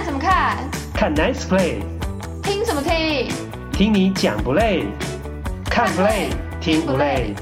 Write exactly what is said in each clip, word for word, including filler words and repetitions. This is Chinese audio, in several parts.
看什么看？ 看 Nice Play。 听什么听？ 听你讲不累？看 Play 听不累？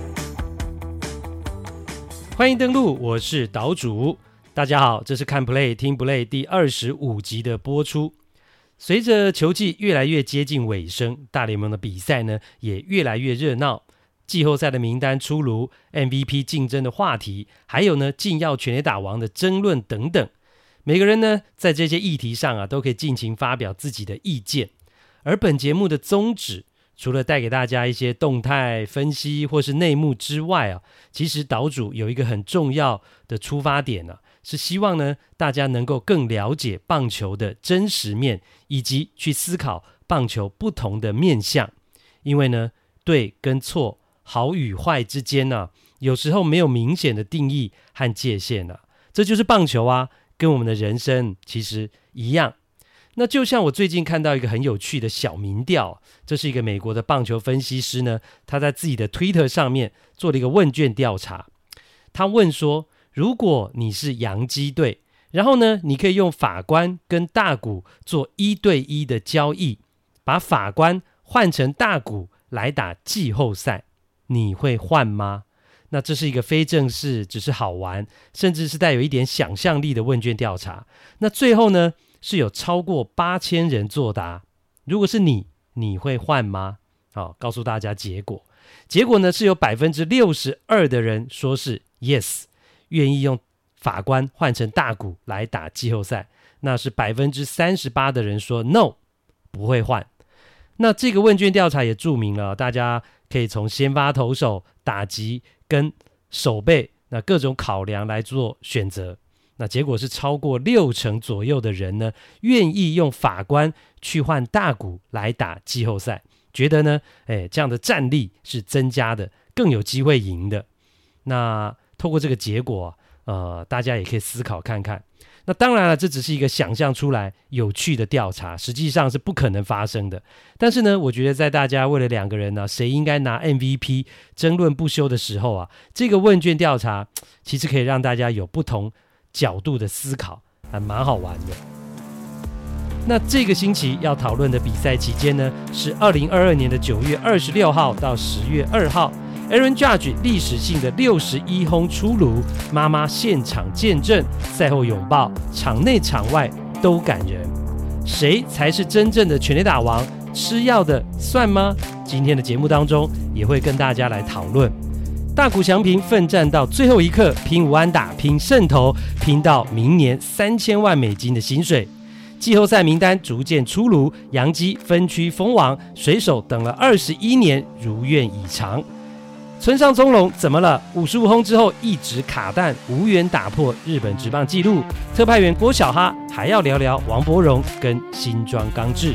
欢迎登录，我是岛主。大家好，这是看 Play 听不累第二十五集的播出。随着球季越来越接近尾声，大联盟的比赛呢也越来越热闹。季后赛的名单出炉， M V P 竞争的话题，还有呢禁药全垒打王的争论等等，每个人呢在这些议题上啊都可以尽情发表自己的意见。而本节目的宗旨，除了带给大家一些动态分析或是内幕之外啊，其实岛主有一个很重要的出发点呢、啊，是希望呢大家能够更了解棒球的真实面，以及去思考棒球不同的面向。因为呢对跟错，好与坏之间呢、啊，有时候没有明显的定义和界限啊，这就是棒球啊，跟我们的人生其实一样。那就像我最近看到一个很有趣的小民调，这是一个美国的棒球分析师呢，他在自己的 Twitter 上面做了一个问卷调查。他问说，如果你是洋基队，然后呢，你可以用法官跟大谷做一对一的交易，把法官换成大谷来打季后赛，你会换吗？那这是一个非正式，只是好玩，甚至是带有一点想象力的问卷调查。那最后呢，是有超过八千人作答。如果是你，你会换吗？好，告诉大家结果。结果呢，是有 百分之六十二 的人说是 yes， 愿意用法官换成大谷来打季后赛。那是 百分之三十八 的人说 no， 不会换。那这个问卷调查也注明了，大家可以从先发投手、打击跟守备那各种考量来做选择。那结果是超过六成左右的人呢，愿意用法官去换大谷来打季后赛，觉得呢，哎，这样的战力是增加的，更有机会赢的。那透过这个结果，呃，大家也可以思考看看。那当然了，这只是一个想象出来有趣的调查，实际上是不可能发生的。但是呢，我觉得在大家为了两个人呢、啊，谁应该拿 M V P 争论不休的时候啊，这个问卷调查其实可以让大家有不同角度的思考，还蛮好玩的。那这个星期要讨论的比赛期间呢，是二零二二年的九月二十六号到十月二号。Aaron Judge 历史性的六十一轰出炉，妈妈现场见证，赛后拥抱，场内场外都感人。谁才是真正的全垒打王？吃药的算吗？今天的节目当中也会跟大家来讨论。大谷翔平奋战到最后一刻，拼无安打，拼胜投，拼到明年三千万美金的薪水。季后赛名单逐渐出炉，洋基分区封王，水手等了二十一年，如愿以偿。村上宗隆怎么了？五十五轰之后一直卡弹，无缘打破日本职棒纪录。特派员郭小哈还要聊聊王柏融跟新庄刚志。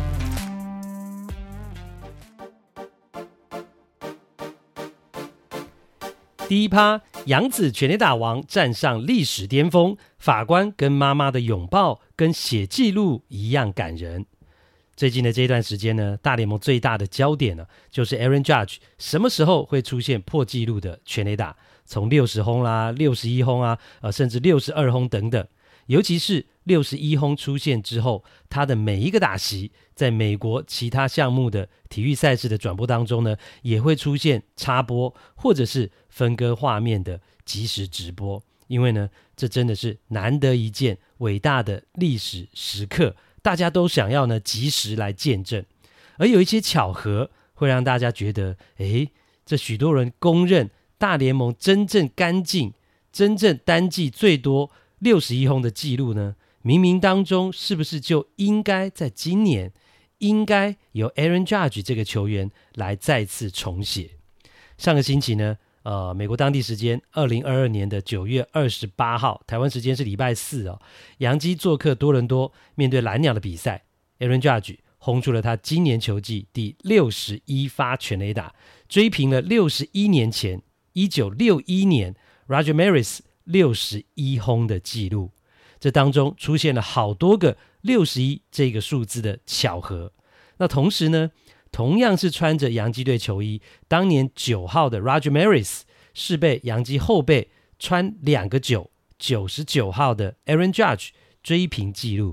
第一趴，杨子全垒打王站上历史巅峰，法官跟妈妈的拥抱跟写记录一样感人。最近的这段时间呢，大联盟最大的焦点呢，就是 Aaron Judge 什么时候会出现破纪录的全垒打，从六十轰啦、六十一轰啊，呃，甚至六十二轰等等。尤其是六十一轰出现之后，他的每一个打席，在美国其他项目的体育赛事的转播当中呢，也会出现插播或者是分割画面的即时直播。因为呢，这真的是难得一见伟大的历史时刻。大家都想要呢及时来见证，而有一些巧合会让大家觉得，诶，这许多人公认大联盟真正干净、真正单季最多六十一轰的记录呢，冥冥当中是不是就应该在今年应该由 Aaron Judge 这个球员来再次重写？上个星期呢，呃，美国当地时间二零二二年的九月二十八号，台湾时间是礼拜四哦。洋基做客多伦多，面对蓝鸟的比赛 ，Aaron Judge 轰出了他今年球季第六十一发全垒打，追平了六十一年前一九六一年 Roger Maris 六十一轰的记录。这当中出现了好多个六十一这个数字的巧合。那同时呢，同样是穿着洋基队球衣，当年九号的 Roger Maris 是被洋基后备穿两个九，九十九号的 Aaron Judge 追平纪录。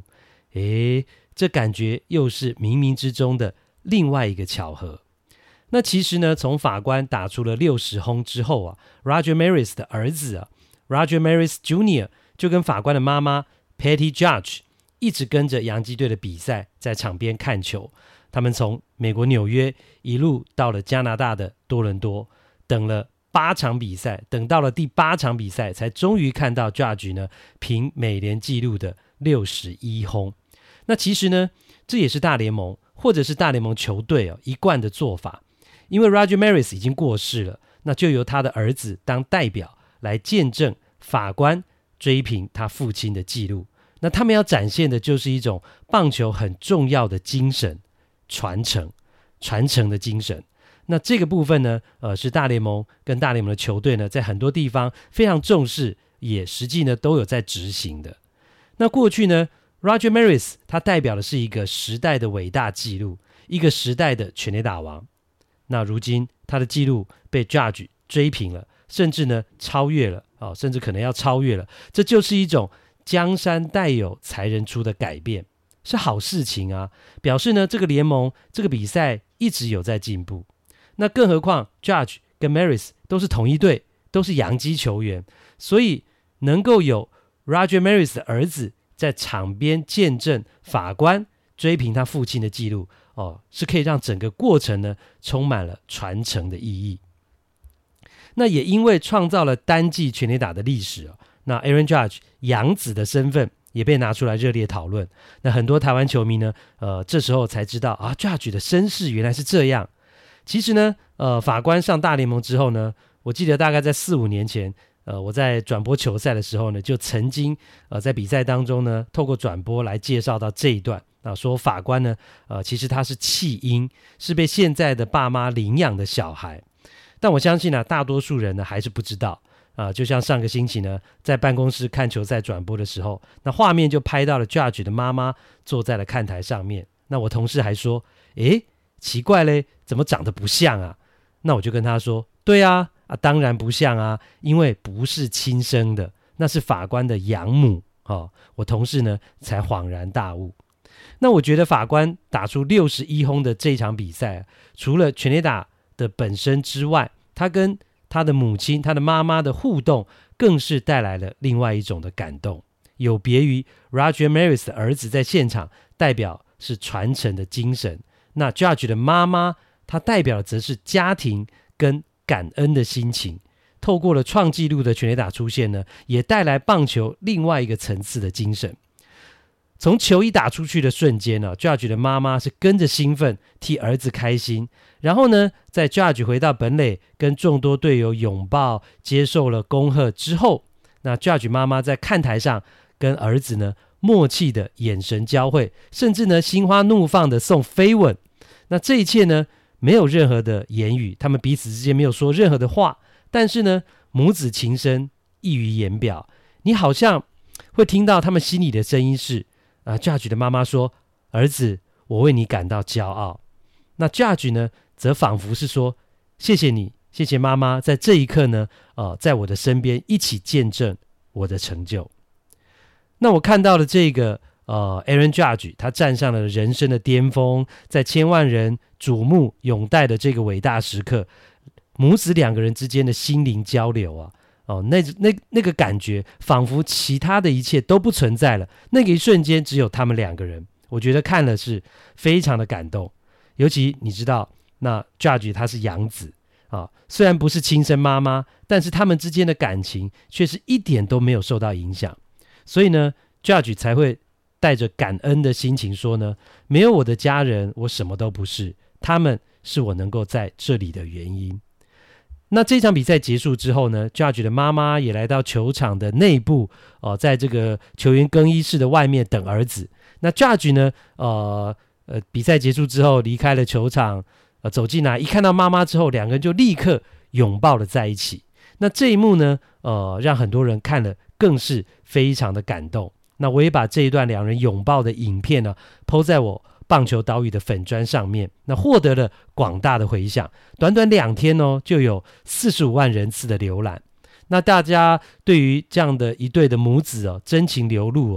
诶，这感觉又是冥冥之中的另外一个巧合。那其实呢，从法官打出了六十轰之后啊 ，Roger Maris 的儿子啊 ，Roger Maris Junior 就跟法官的妈妈 Patty Judge 一直跟着洋基队的比赛，在场边看球。他们从美国纽约一路到了加拿大的多伦多，等了八场比赛，等到了第八场比赛，才终于看到 Judge 呢凭美联纪录的六十一轰。那其实呢，这也是大联盟或者是大联盟球队、哦、一贯的做法。因为 Roger Maris 已经过世了，那就由他的儿子当代表来见证法官追平他父亲的纪录。那他们要展现的就是一种棒球很重要的精神，传承传承的精神。那这个部分呢，呃，是大联盟跟大联盟的球队呢，在很多地方非常重视，也实际呢都有在执行的。那过去呢 Roger Maris 他代表的是一个时代的伟大纪录，一个时代的全垒打王。那如今他的纪录被 Judge 追平了，甚至呢超越了、哦、甚至可能要超越了。这就是一种江山代有才人出的改变，是好事情啊，表示呢这个联盟这个比赛一直有在进步。那更何况 Judge 跟 Maris 都是同一队，都是洋基球员，所以能够有 Roger Maris 的儿子在场边见证法官追平他父亲的纪录、哦、是可以让整个过程呢充满了传承的意义。那也因为创造了单季全垒打的历史、哦、那 Aaron Judge 养子的身份也被拿出来热烈讨论。那很多台湾球迷呢，呃，这时候才知道啊 Judge 的身世原来是这样。其实呢，呃，法官上大联盟之后呢，我记得大概在四五年前，呃，我在转播球赛的时候呢，就曾经呃在比赛当中呢，透过转播来介绍到这一段啊，说法官呢，呃，其实他是弃婴，是被现在的爸妈领养的小孩。但我相信呢，大多数人呢还是不知道啊。就像上个星期呢，在办公室看球赛转播的时候，那画面就拍到了 Judge 的妈妈坐在了看台上面。那我同事还说，诶，奇怪嘞，怎么长得不像啊？那我就跟他说，对啊，啊当然不像啊，因为不是亲生的，那是法官的养母、哦、我同事呢才恍然大悟。那我觉得法官打出六十一轰的这场比赛、啊、除了全垒打的本身之外，他跟他的母亲他的妈妈的互动更是带来了另外一种的感动，有别于 Roger Maris 的儿子在现场代表是传承的精神，那 Judge 的妈妈她代表的则是家庭跟感恩的心情。透过了创纪录的全垒打出现呢，也带来棒球另外一个层次的精神。从球一打出去的瞬间呢、啊、Judge 的妈妈是跟着兴奋替儿子开心，然后呢在 Judge 回到本垒跟众多队友拥抱接受了恭贺之后，那 Judge 妈妈在看台上跟儿子呢默契的眼神交汇，甚至呢心花怒放的送飞吻。那这一切呢没有任何的言语，他们彼此之间没有说任何的话，但是呢母子情深溢于言表。你好像会听到他们心里的声音是啊 Judge 的妈妈说，儿子，我为你感到骄傲。那 Judge 呢则仿佛是说，谢谢你，谢谢妈妈在这一刻呢、呃、在我的身边一起见证我的成就。那我看到了这个呃 Aaron Judge 他站上了人生的巅峰，在千万人瞩目拥戴的这个伟大时刻，母子两个人之间的心灵交流啊，哦，那那那个感觉仿佛其他的一切都不存在了，那个一瞬间只有他们两个人，我觉得看了是非常的感动。尤其你知道，那 Judge 他是养子啊，虽然不是亲生妈妈，但是他们之间的感情却是一点都没有受到影响。所以呢 Judge 才会带着感恩的心情说呢，没有我的家人我什么都不是，他们是我能够在这里的原因。那这场比赛结束之后呢 Judge 的妈妈也来到球场的内部、呃、在这个球员更衣室的外面等儿子。那 Judge 呢呃呃，比赛结束之后离开了球场、呃、走进来一看到妈妈之后，两个人就立刻拥抱了在一起。那这一幕呢呃，让很多人看了更是非常的感动。那我也把这一段两人拥抱的影片呢 po 在我棒球岛屿的粉专上面，那获得了广大的回响，短短两天哦，就有四十五万人次的浏览。那大家对于这样的一对的母子哦，真情流露哦，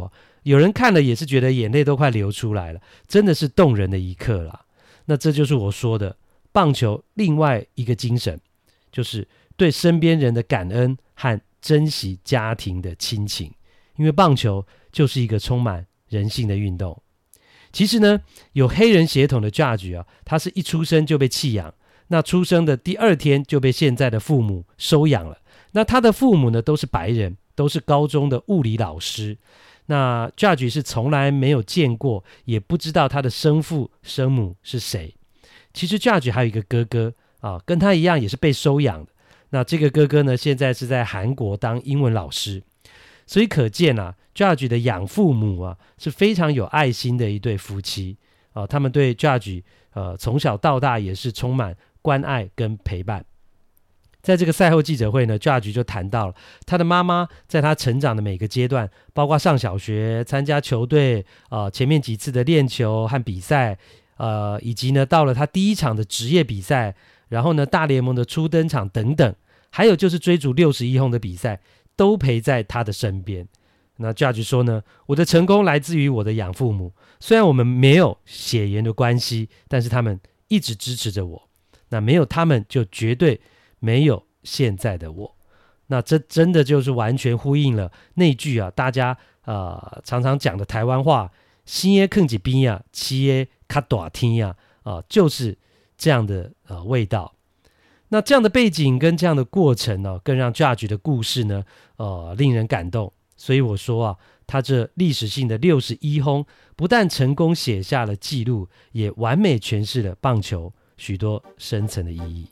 有人看了也是觉得眼泪都快流出来了，真的是动人的一刻啦。那这就是我说的棒球另外一个精神，就是对身边人的感恩和珍惜家庭的亲情，因为棒球就是一个充满人性的运动。其实呢，有黑人血统的 Judge 啊，他是一出生就被弃养，那出生的第二天就被现在的父母收养了。那他的父母呢都是白人，都是高中的物理老师。那 Judge 是从来没有见过，也不知道他的生父生母是谁。其实 Judge 还有一个哥哥啊，跟他一样也是被收养的。那这个哥哥呢，现在是在韩国当英文老师。所以可见啊 Judge 的养父母啊是非常有爱心的一对夫妻啊，他们对 Judge 呃从小到大也是充满关爱跟陪伴。在这个赛后记者会呢 Judge 就谈到了他的妈妈在他成长的每个阶段，包括上小学、参加球队、呃、前面几次的练球和比赛，呃，以及呢到了他第一场的职业比赛，然后呢大联盟的初登场等等，还有就是追逐六十一轰的比赛，都陪在他的身边。那 Judge 说呢，我的成功来自于我的养父母，虽然我们没有血缘的关系，但是他们一直支持着我，那没有他们就绝对没有现在的我。那这真的就是完全呼应了那句啊，大家呃常常讲的台湾话，心耶坑几边呀，七耶卡大天呀，啊，就是这样的呃味道。那这样的背景跟这样的过程呢、哦，更让 Judge 的故事呢，呃，令人感动。所以我说啊，他这历史性的六十一轰，不但成功写下了记录，也完美诠释了棒球许多深层的意义。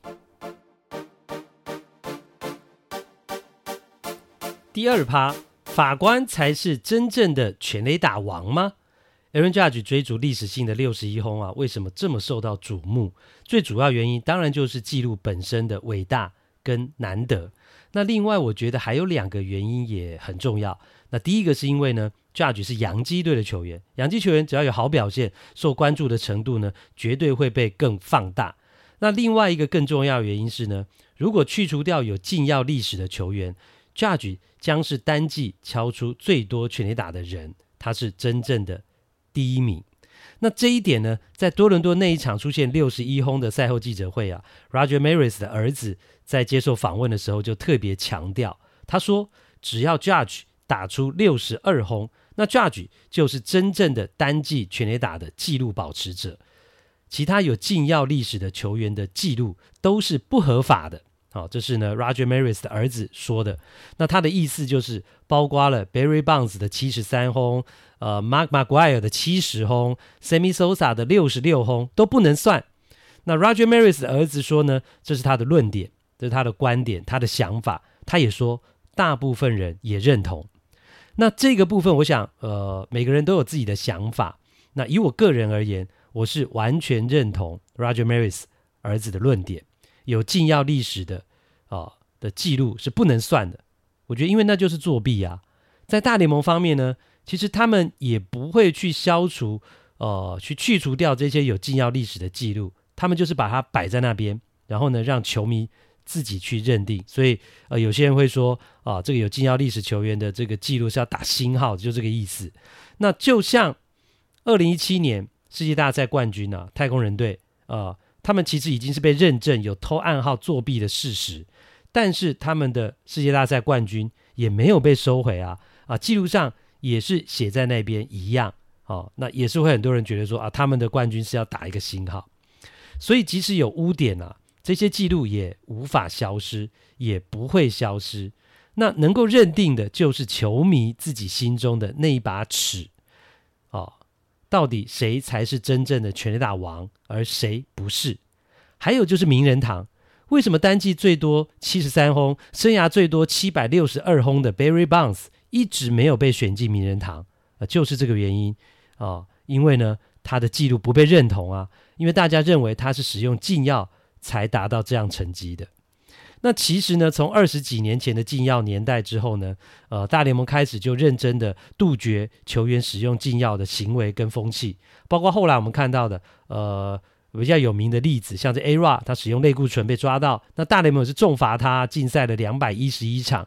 第二趴，法官才是真正的全垒打王吗？Aaron Judge 追逐历史性的六十一轰啊，为什么这么受到瞩目？最主要原因当然就是记录本身的伟大跟难得。那另外我觉得还有两个原因也很重要。那第一个是因为呢 Judge 是洋基队的球员，洋基球员只要有好表现，受关注的程度呢绝对会被更放大。那另外一个更重要的原因是呢，如果去除掉有禁药历史的球员， Judge 将是单季敲出最多全垒打的人，他是真正的第一名。那这一点呢，在多伦多那一场出现六十一轰的赛后记者会啊 Roger Maris 的儿子在接受访问的时候就特别强调，他说只要 Judge 打出六十二轰，那 Judge 就是真正的单季全垒打的纪录保持者，其他有禁药历史的球员的纪录都是不合法的。好，这是呢 Roger Maris 的儿子说的。那他的意思就是包括了 Barry Bonds 的七十三轰，呃 Mark McGwire 的七十轰， Sammy Sosa 的六十六轰都不能算。那 Roger Maris 的儿子说呢，这是他的论点，这是他的观点，他的想法。他也说大部分人也认同。那这个部分我想呃，每个人都有自己的想法。那以我个人而言，我是完全认同 Roger Maris 儿子的论点，有禁药历史的、呃、的记录是不能算的。我觉得因为那就是作弊啊。在大联盟方面呢，其实他们也不会去消除呃，去去除掉这些有禁药历史的记录，他们就是把它摆在那边，然后呢让球迷自己去认定。所以呃，有些人会说啊、呃，这个有禁药历史球员的这个记录是要打星号，就这个意思。那就像二零一七年世界大赛冠军啊，太空人队呃他们其实已经是被认证有偷暗号作弊的事实，但是他们的世界大赛冠军也没有被收回啊，啊，记录上也是写在那边一样，哦，那也是会很多人觉得说啊，他们的冠军是要打一个星号，所以即使有污点啊，这些记录也无法消失，也不会消失。那能够认定的就是球迷自己心中的那一把尺，哦。到底谁才是真正的全垒打王，而谁不是？还有就是名人堂，为什么单季最多七十三轰，生涯最多七百六十二轰的 Barry Bonds 一直没有被选进名人堂、呃、就是这个原因、呃、因为呢他的记录不被认同啊，因为大家认为他是使用禁药才达到这样成绩的。那其实呢，从二十几年前的禁药年代之后呢，呃，大联盟开始就认真的杜绝球员使用禁药的行为跟风气，包括后来我们看到的，呃，比较有名的例子，像是 A-Rod 他使用类固醇被抓到，那大联盟是重罚他禁赛了两百一十一场。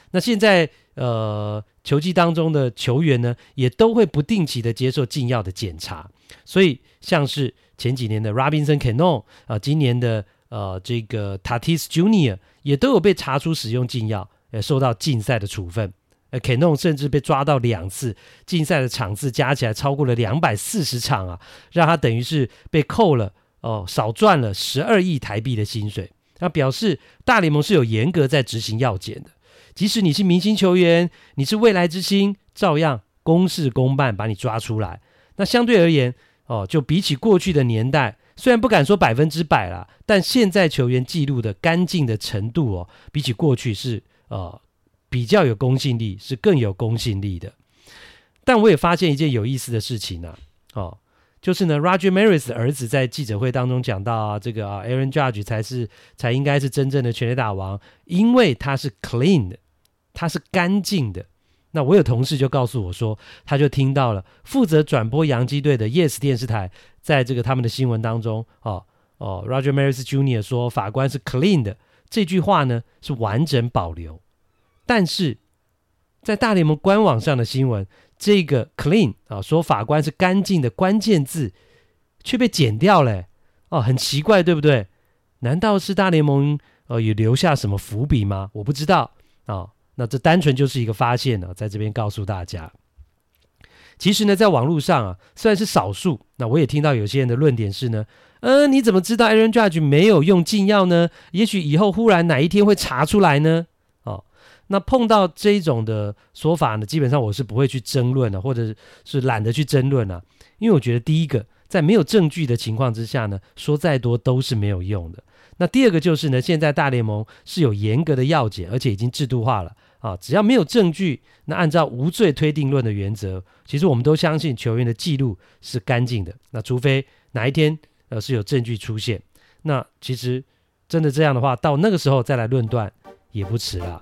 那现在呃球季当中的球员呢，也都会不定期的接受禁药的检查，所以像是前几年的 Robinson Cano 啊、呃，今年的呃这个 Tatis Junior 也都有被查出使用禁药，也受到禁赛的处分。呃 Cano 甚至被抓到两次，禁赛的场次加起来超过了两百四十场啊，让他等于是被扣了哦，少赚了十二亿台币的薪水。那表示大联盟是有严格在执行药检的，即使你是明星球员，你是未来之星，照样公事公办把你抓出来。那相对而言哦，就比起过去的年代，虽然不敢说百分之百啦，但现在球员记录的干净的程度哦，比起过去是呃比较有公信力，是更有公信力的。但我也发现一件有意思的事情啊，哦，就是呢 Roger Maris 的儿子在记者会当中讲到啊，这个啊 Aaron Judge 才是才应该是真正的全垒打王，因为他是 clean 的，他是干净的。那我有同事就告诉我说，他就听到了负责转播洋基队的 Yes 电视台在这个他们的新闻当中哦哦 Roger Maris Junior 说法官是 clean 的，这句话呢是完整保留。但是在大联盟官网上的新闻，这个 clean 啊，说法官是干净的关键字却被剪掉了，哦，很奇怪，对不对？难道是大联盟呃有留下什么伏笔吗？我不知道啊、哦。那这单纯就是一个发现呢、啊，在这边告诉大家。其实呢，在网络上啊，虽然是少数，那我也听到有些人的论点是呢，呃，你怎么知道 Aaron Judge 没有用禁药呢？也许以后忽然哪一天会查出来呢？哦，那碰到这一种的说法呢，基本上我是不会去争论的、啊，或者是懒得去争论啊，因为我觉得第一个，在没有证据的情况之下呢，说再多都是没有用的。那第二个就是呢，现在大联盟是有严格的药检，而且已经制度化了啊，只要没有证据，那按照无罪推定论的原则，其实我们都相信球员的记录是干净的。那除非哪一天呃是有证据出现，那其实真的这样的话，到那个时候再来论断也不迟啦。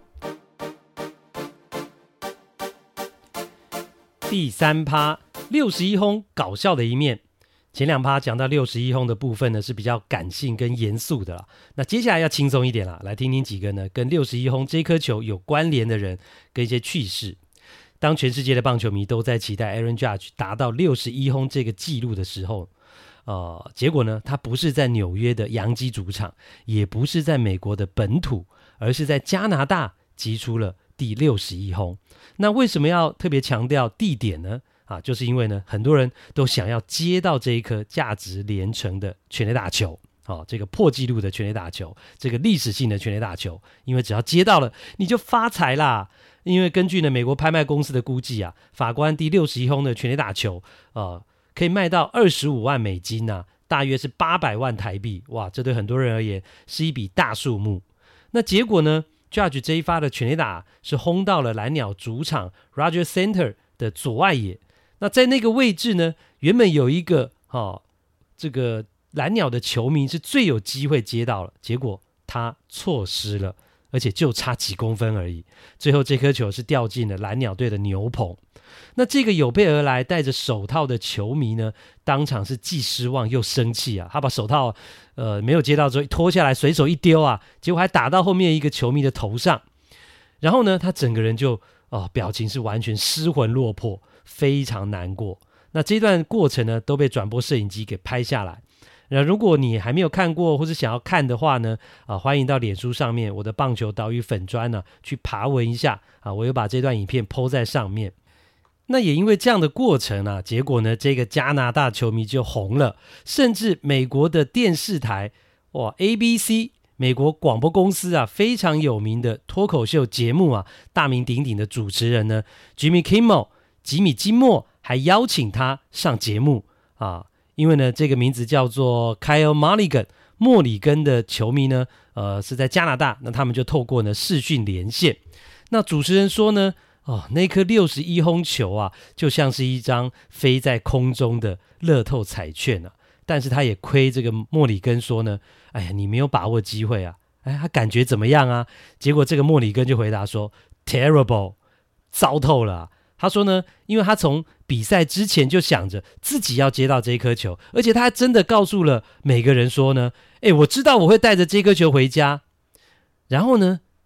第三趴，六十一轰搞笑的一面。前两趴讲到六十一轰的部分呢，是比较感性跟严肃的啦。那接下来要轻松一点啦，来听听几个呢跟六十一轰这颗球有关联的人跟一些趣事。当全世界的棒球迷都在期待 Aaron Judge 达到六十一轰这个纪录的时候，呃，结果呢，他不是在纽约的洋基主场，也不是在美国的本土，而是在加拿大击出了第六十一轰。那为什么要特别强调地点呢？啊，就是因为呢，很多人都想要接到这一颗价值连城的全垒打球，哦，这个破纪录的全垒打球，这个历史性的全垒打球，因为只要接到了，你就发财啦。因为根据呢美国拍卖公司的估计啊，法官第六十一轰的全垒打球，呃，可以卖到二十五万美金啊，大约是八百万台币，哇，这对很多人而言是一笔大数目。那结果呢 ，Judge 这一发的全垒打是轰到了蓝鸟主场 Rogers Center 的左外野。那在那个位置呢，原本有一个哦，这个蓝鸟的球迷是最有机会接到了，结果他错失了，而且就差几公分而已。最后这颗球是掉进了蓝鸟队的牛棚。那这个有备而来戴着手套的球迷呢，当场是既失望又生气啊！他把手套呃没有接到之后脱下来，随手一丢啊，结果还打到后面一个球迷的头上。然后呢，他整个人就哦表情是完全失魂落魄。非常难过。那这段过程呢，都被转播摄影机给拍下来。那如果你还没有看过，或是想要看的话呢，啊，欢迎到脸书上面我的棒球岛屿粉专呢、啊、去爬文一下啊，我有把这段影片 po 在上面。那也因为这样的过程啊，结果呢，这个加拿大球迷就红了，甚至美国的电视台哇 A B C 美国广播公司啊非常有名的脱口秀节目啊，大名鼎鼎的主持人呢 Jimmy Kimmel。吉米金默还邀请他上节目啊，因为呢这个名字叫做 Kyle Mulligan 莫里根的球迷呢，呃是在加拿大，那他们就透过呢视讯连线。那主持人说呢，哦，那颗六十一轰球啊，就像是一张飞在空中的乐透彩券啊。但是他也亏这个莫里根说呢，哎呀，你没有把握机会啊，哎，他感觉怎么样啊？结果这个莫里根就回答说 ，terrible， 糟透了啊。他说呢，因为他从比赛之前就想着自己要接到这颗球，而且他还真的告诉了每个人说呢，诶，我知道我会带着这颗球回家。然后呢，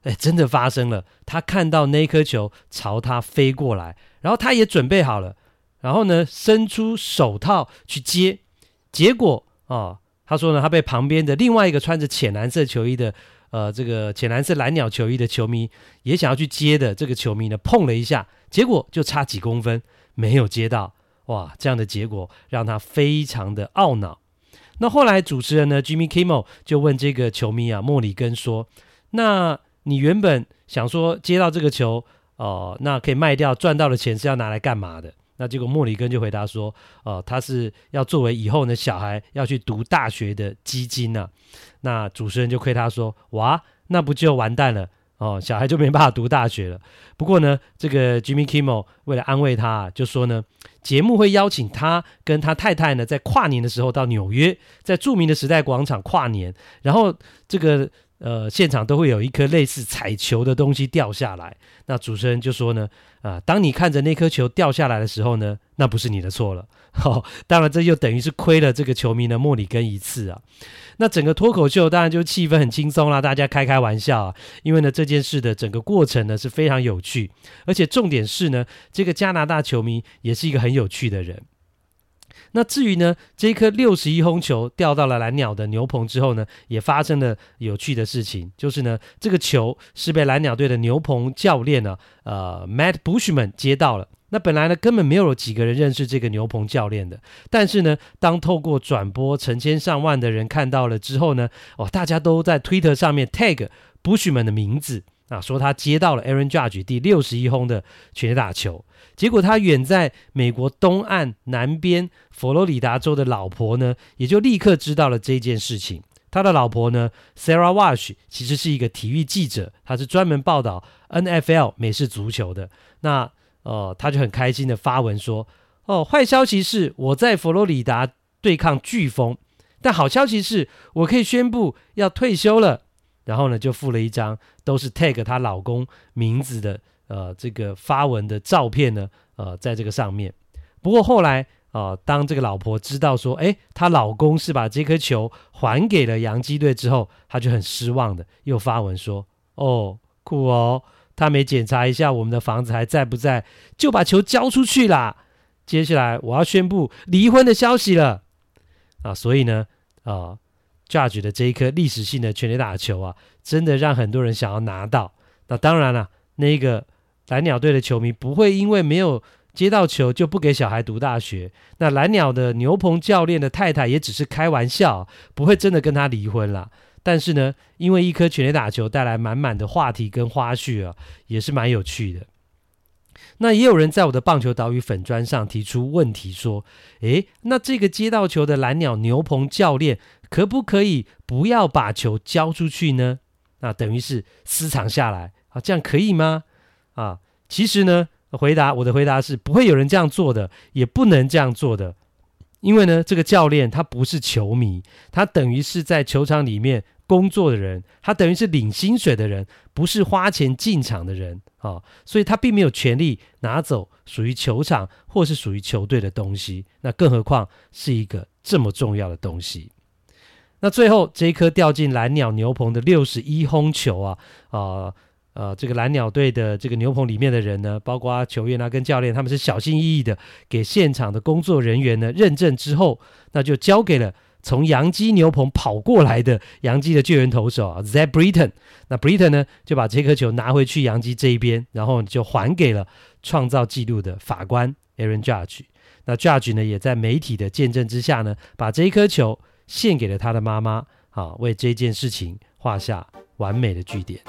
哎，真的发生了，他看到那颗球朝他飞过来，然后他也准备好了，然后呢伸出手套去接，结果哦，他说呢他被旁边的另外一个穿着浅蓝色球衣的呃这个浅蓝色蓝鸟球衣的球迷也想要去接的这个球迷呢碰了一下，结果就差几公分没有接到。哇，这样的结果让他非常的懊恼。那后来主持人呢 Jimmy Kimmel 就问这个球迷啊莫里根说，那你原本想说接到这个球呃，那可以卖掉赚到的钱是要拿来干嘛的？那结果莫里根就回答说呃，他是要作为以后呢小孩要去读大学的基金啊。那主持人就亏他说，哇，那不就完蛋了哦，小孩就没办法读大学了。不过呢这个 Jimmy Kimmel 为了安慰他、啊、就说呢节目会邀请他跟他太太呢在跨年的时候到纽约，在著名的时代广场跨年，然后这个呃现场都会有一颗类似彩球的东西掉下来。那主持人就说呢啊，当你看着那颗球掉下来的时候呢，那不是你的错了。哦，当然这就等于是亏了这个球迷的莫里根一次啊。那整个脱口秀当然就气氛很轻松啦，大家开开玩笑啊。因为呢这件事的整个过程呢是非常有趣，而且重点是呢这个加拿大球迷也是一个很有趣的人。那至于呢这颗六十一轰球掉到了蓝鸟的牛棚之后呢，也发生了有趣的事情，就是呢这个球是被蓝鸟队的牛棚教练呢呃 Matt Bushman 接到了。那本来呢根本没有几个人认识这个牛棚教练的，但是呢当透过转播成千上万的人看到了之后呢，哦，大家都在 Twitter 上面 tag Bushman 的名字啊，说他接到了 Aaron Judge 第六十一轰的全垒打球。结果他远在美国东岸南边佛罗里达州的老婆呢也就立刻知道了这件事情。他的老婆呢 Sarah Wash 其实是一个体育记者，他是专门报道 N F L 美式足球的。那呃，他就很开心的发文说，哦，坏消息是我在佛罗里达对抗飓风，但好消息是我可以宣布要退休了。然后呢就附了一张都是 tag 她老公名字的呃这个发文的照片呢呃在这个上面。不过后来呃当这个老婆知道说诶她老公是把这颗球还给了洋基队之后，她就很失望的又发文说，哦，酷哦，他没检查一下我们的房子还在不在，就把球交出去啦。接下来我要宣布离婚的消息了啊！所以呢，啊 ，Judge 的这一颗历史性的全垒打球啊，真的让很多人想要拿到。那当然了，那个蓝鸟队的球迷不会因为没有接到球就不给小孩读大学。那蓝鸟的牛棚教练的太太也只是开玩笑，不会真的跟他离婚啦。但是呢因为一颗全垒打球带来满满的话题跟花絮啊，也是蛮有趣的。那也有人在我的棒球岛屿粉专上提出问题说，诶，那这个接到球的蓝鸟牛棚教练可不可以不要把球交出去呢？那等于是私藏下来啊，这样可以吗？啊，其实呢回答我的回答是不会有人这样做的，也不能这样做的。因为呢这个教练他不是球迷，他等于是在球场里面工作的人，他等于是领薪水的人，不是花钱进场的人、哦、所以他并没有权利拿走属于球场或是属于球队的东西，那更何况是一个这么重要的东西。那最后这一颗掉进蓝鸟牛棚的六十一轰球啊，呃呃，这个蓝鸟队的这个牛棚里面的人呢，包括球员啊跟教练，他们是小心翼翼的给现场的工作人员呢认证之后，那就交给了从洋基牛棚跑过来的洋基的救援投手啊 Zach Britton。 那 Britton 呢就把这颗球拿回去洋基这一边，然后就还给了创造纪录的法官 Aaron Judge。 那 Judge 呢也在媒体的见证之下呢，把这一颗球献给了他的妈妈，啊，为这件事情画下完美的句点。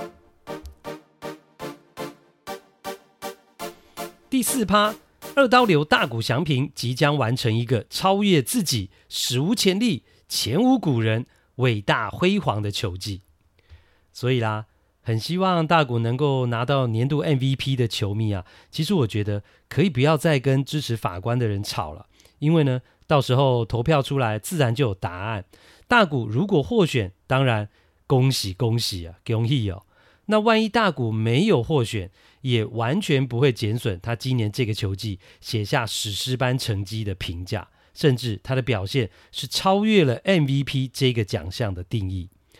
第四趴，二刀流大谷翔平即将完成一个超越自己、史无前例、前无古人、伟大辉煌的球技。所以啦，很希望大谷能够拿到年度 M V P 的球迷啊，其实我觉得可以不要再跟支持法官的人吵了，因为呢，到时候投票出来自然就有答案。大谷如果获选，当然恭喜恭喜啊，恭喜哦。那万一大谷没有获选，也完全不会减损他今年这个球季写下史诗般成绩的评价，甚至他的表现是超越了 M V P 这个奖项的定义。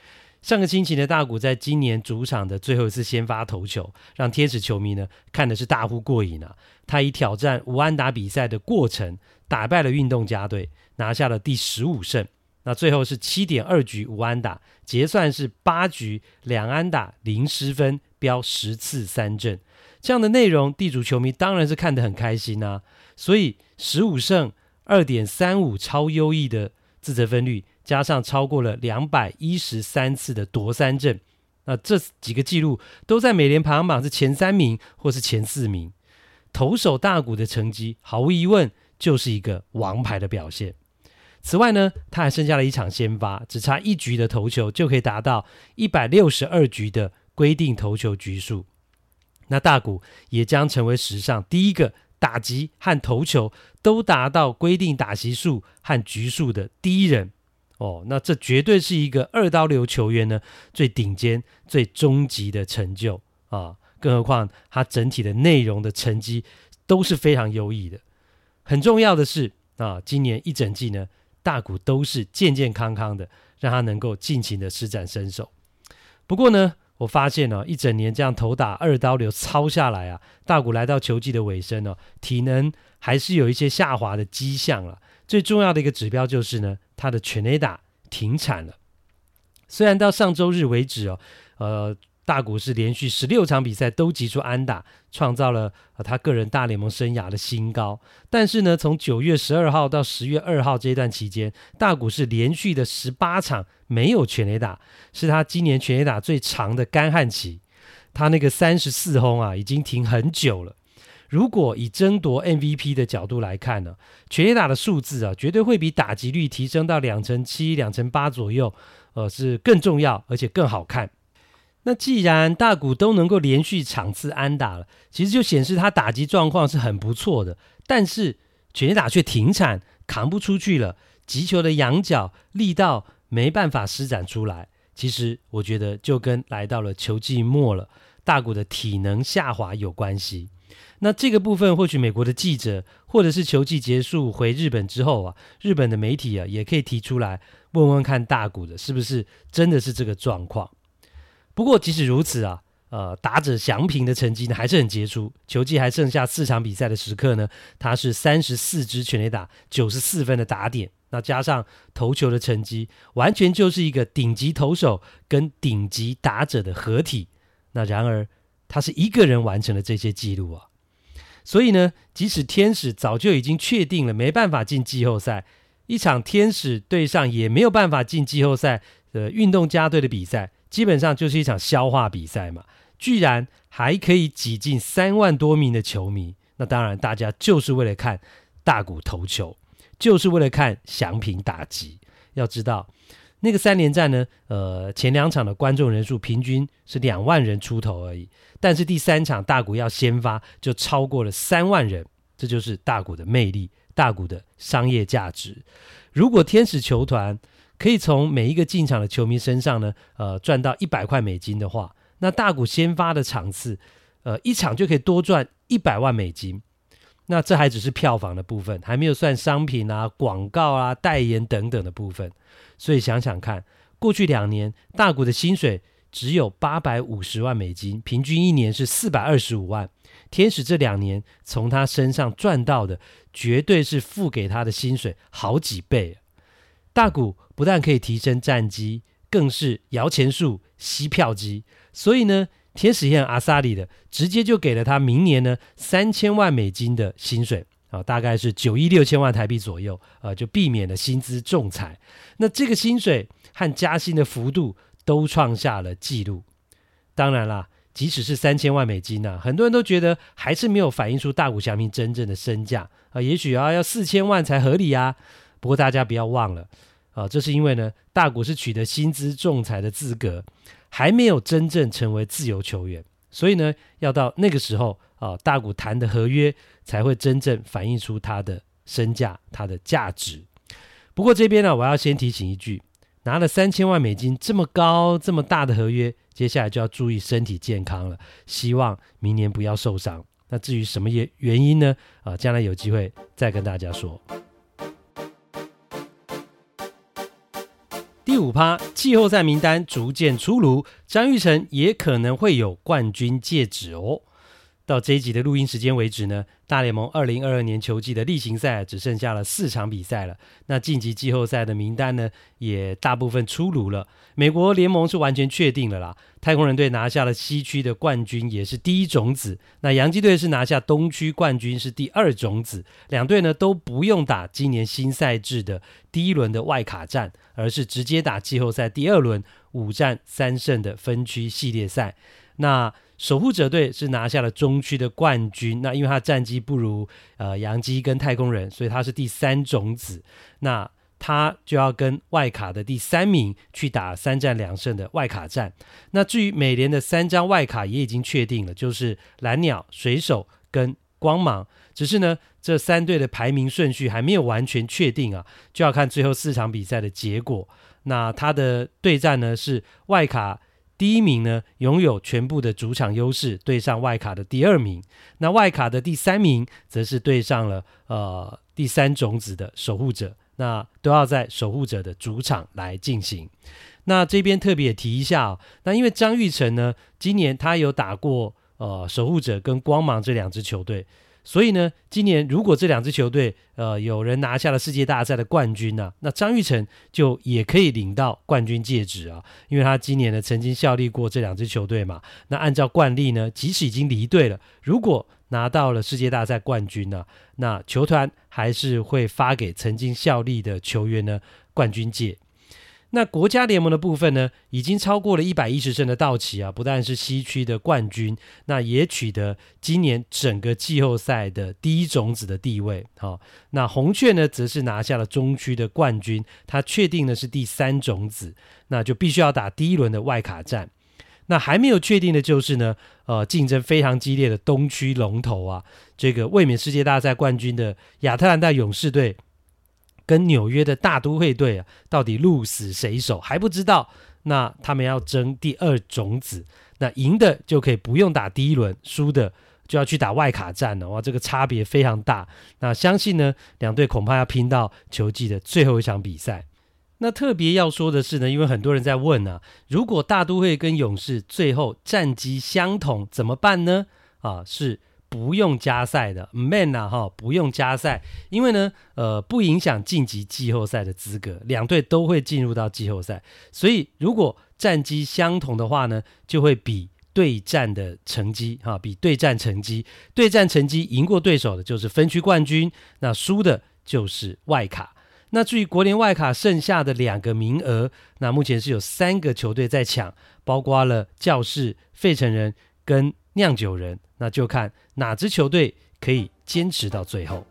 上个星期呢，大谷在今年主场的最后一次先发投球，让天使球迷呢看的是大呼过瘾啊！他以挑战无安打比赛的过程，打败了运动家队，拿下了第十五胜。那最后是 七点二 局无安打，结算是八局两安打零失分，飙十次三振。这样的内容，地主球迷当然是看得很开心啊！所以十五胜 二点三五 超优异的自责分率，加上超过了两百一十三次的夺三振，那这几个记录都在美联排行榜是前三名或是前四名。投手大谷的成绩毫无疑问就是一个王牌的表现。此外呢，他还剩下了一场先发，只差一局的投球就可以达到一百六十二局的规定投球局数。那大谷也将成为史上第一个打击和投球都达到规定打席数和局数的第一人哦，那这绝对是一个二刀流球员呢最顶尖、最终极的成就啊！更何况他整体的内容的成绩都是非常优异的。很重要的是啊，今年一整季呢，大谷都是健健康康的，让他能够尽情的施展身手。不过呢，我发现呢、哦，一整年这样投打二刀流操下来啊，大谷来到球季的尾声呢、哦，体能还是有一些下滑的迹象了。最重要的一个指标就是呢，他的全垒打停产了。虽然到上周日为止哦，呃，大谷是连续十六场比赛都击出安打，创造了、呃、他个人大联盟生涯的新高。但是呢，从九月十二号到十月二号这段期间，大谷是连续的十八场没有全垒打，是他今年全垒打最长的干旱期。他那个三十四轰啊，已经停很久了。如果以争夺 M V P 的角度来看呢，全垒打的数字啊，绝对会比打击率提升到两成七、两成八左右，呃，是更重要而且更好看。那既然大谷都能够连续场次安打了，其实就显示他打击状况是很不错的，但是全垒打却停产，扛不出去了，击球的仰角力道没办法施展出来。其实我觉得就跟来到了球季末了，大谷的体能下滑有关系。那这个部分或许美国的记者或者是球季结束回日本之后啊，日本的媒体啊也可以提出来问问看大谷的是不是真的是这个状况。不过即使如此啊，呃，打者翔平的成绩呢还是很杰出。球季还剩下四场比赛的时刻呢，他是三十四支全垒打，九十四分的打点，那加上投球的成绩，完全就是一个顶级投手跟顶级打者的合体。那然而他是一个人完成了这些记录啊。所以呢，即使天使早就已经确定了没办法进季后赛，一场天使对上也没有办法进季后赛的运动家队的比赛，基本上就是一场消化比赛嘛，居然还可以挤进三万多名的球迷，那当然大家就是为了看大谷投球，就是为了看翔平打击。要知道那个三连战呢，呃，前两场的观众人数平均是两万人出头而已，但是第三场大谷要先发就超过了三万人，这就是大谷的魅力，大谷的商业价值。如果天使球团可以从每一个进场的球迷身上呢，呃，赚到一百块美金的话，那大谷先发的场次，呃，一场就可以多赚一百万美金。那这还只是票房的部分，还没有算商品啊、广告啊、代言等等的部分。所以想想看，过去两年大谷的薪水只有八百五十万美金，平均一年是四百二十五万。天使这两年从他身上赚到的，绝对是付给他的薪水好几倍。大谷不但可以提升战绩，更是摇钱树、吸票机。所以呢，天使也很阿萨里的，直接就给了他明年呢三千万美金的薪水。啊，大概是九亿六千万台币左右，呃，就避免了薪资仲裁。那这个薪水和加薪的幅度都创下了纪录。当然啦，即使是三千万美金啊，很多人都觉得还是没有反映出大谷翔平真正的身价啊，也许啊要四千万才合理啊。不过大家不要忘了，啊，这是因为呢，大谷是取得薪资仲裁的资格，还没有真正成为自由球员，所以呢，要到那个时候啊，大谷谈的合约才会真正反映出他的身价、他的价值。不过这边呢，我要先提醒一句，拿了三千万美金这么高、这么大的合约，接下来就要注意身体健康了，希望明年不要受伤。那至于什么原因呢？啊，将来有机会再跟大家说。 第五趴，季后赛名单逐渐出炉，张育成也可能会有冠军戒指哦。到这一集的录音时间为止呢，大联盟二零二二年球季的例行赛只剩下了四场比赛了。那晋级季后赛的名单呢，也大部分出炉了。美国联盟是完全确定了啦，太空人队拿下了西区的冠军，也是第一种子。那洋基队是拿下东区冠军，是第二种子。两队呢都不用打今年新赛制的第一轮的外卡战，而是直接打季后赛第二轮五战三胜的分区系列赛。那守护者队是拿下了中区的冠军，那因为他战绩不如呃洋基跟太空人，所以他是第三种子，那他就要跟外卡的第三名去打三战两胜的外卡战。那至于美联的三张外卡也已经确定了，就是蓝鸟、水手跟光芒，只是呢这三队的排名顺序还没有完全确定啊，就要看最后四场比赛的结果。那他的对战呢是外卡第一名呢，拥有全部的主场优势，对上外卡的第二名。那外卡的第三名，则是对上了呃第三种子的守护者。那都要在守护者的主场来进行。那这边特别提一下哦，那因为张育成呢，今年他有打过呃守护者跟光芒这两支球队。所以呢，今年如果这两支球队呃有人拿下了世界大赛的冠军啊，那张育成就也可以领到冠军戒指啊，因为他今年呢曾经效力过这两支球队嘛。那按照惯例呢，即使已经离队了，如果拿到了世界大赛冠军呢、啊，那球团还是会发给曾经效力的球员呢冠军戒。那国家联盟的部分呢，已经超过了一百一十胜的道奇啊，不但是西区的冠军，那也取得今年整个季后赛的第一种子的地位。好、哦，那红雀呢，则是拿下了中区的冠军，他确定的是第三种子，那就必须要打第一轮的外卡战。那还没有确定的就是呢，呃，竞争非常激烈的东区龙头啊，这个卫冕世界大赛冠军的亚特兰大勇士队。跟纽约的大都会队啊，到底鹿死谁手还不知道。那他们要争第二种子，那赢的就可以不用打第一轮，输的就要去打外卡战了。哇，这个差别非常大。那相信呢，两队恐怕要拼到球季的最后一场比赛。那特别要说的是呢，因为很多人在问啊，如果大都会跟勇士最后战绩相同怎么办呢？啊，是不用加赛的 man 啊哈，不用加赛，因为呢，呃，不影响晋级季后赛的资格，两队都会进入到季后赛，所以如果战绩相同的话呢，就会比对战的成绩哈，比对战成绩，对战成绩赢过对手的就是分区冠军，那输的就是外卡。那至于国联外卡剩下的两个名额，那目前是有三个球队在抢，包括了教士、费城人跟酿酒人，那就看哪支球队可以坚持到最后。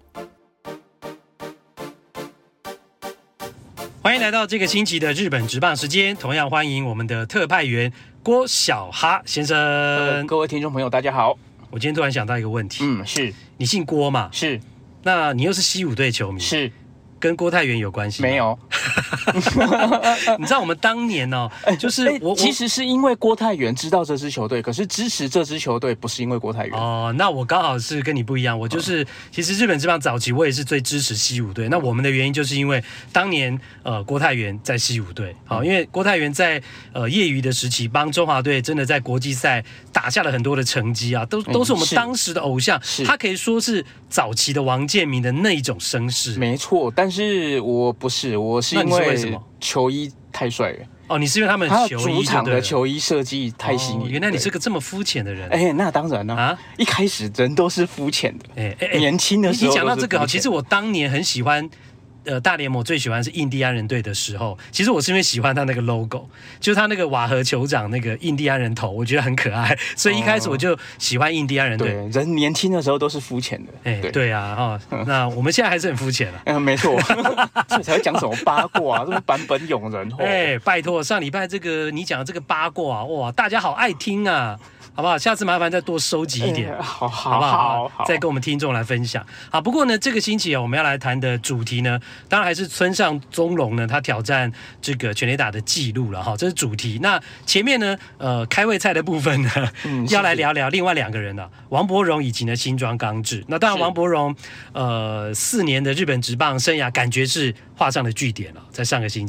欢迎来到这个星期的日本职棒时间，同样欢迎我们的特派员郭小哈先生、呃。 各位听众朋友，大家好。 我今天突然想到一个问题， 嗯，是你姓郭嘛？ 是。 那你又是西武队球迷？ 是。 跟郭泰源有关系吗？ 没有。 你知道我们当年哦，就是我、 欸、其实是因为郭泰源知道这支球队，可是支持这支球队不是因为郭泰源哦。那我刚好是跟你不一样，我就是、嗯、其实日本职棒早期我也是最支持西武队。那我们的原因就是因为当年呃郭泰源在西武队，好、哦，因为郭泰源在呃业余的时期帮中华队真的在国际赛打下了很多的成绩啊，都都是我们当时的偶像，嗯、他可以说是早期的王建民的那一种声势。 没错，但是我不是，我是因为球衣太帅了。 哦，你是因为他们球衣主场的球衣设计太细腻、哦。 原来你是个这么肤浅的人。 哎、欸，那当然了啊！一开始人都是肤浅的。哎、欸欸、年轻的时候。 你讲到这个，其实我当年很喜欢。呃，大联盟最喜欢是印第安人队的时候，其实我是因为喜欢他那个 logo， 就是他那个瓦河酋长那个印第安人头，我觉得很可爱，所以一开始我就喜欢印第安人队。 对，人年轻的时候都是肤浅的。 哎、欸，对, 对啊，哈、哦，那我们现在还是很肤浅了。 嗯，没错，所以才会讲什么八卦、啊，什么坂本勇人。 哎、欸，拜托，上礼拜这个你讲的这个八卦、啊，哇，大家好爱听啊。好不好？下次麻烦再多收集一点， 欸、好好好不好？ 好好再跟我们听众来分享。好，不过呢，这个星期啊，我们要来谈的主题呢，当然还是村上宗隆呢，他挑战这个全垒打的记录了哈，这是主题。那前面呢，呃，开胃菜的部分呢，嗯、要来聊聊另外两个人了、啊，王柏融以及呢新庄刚志。那当然，王柏融呃四年的日本职棒生涯，感觉是画上了句点了，在上个星期。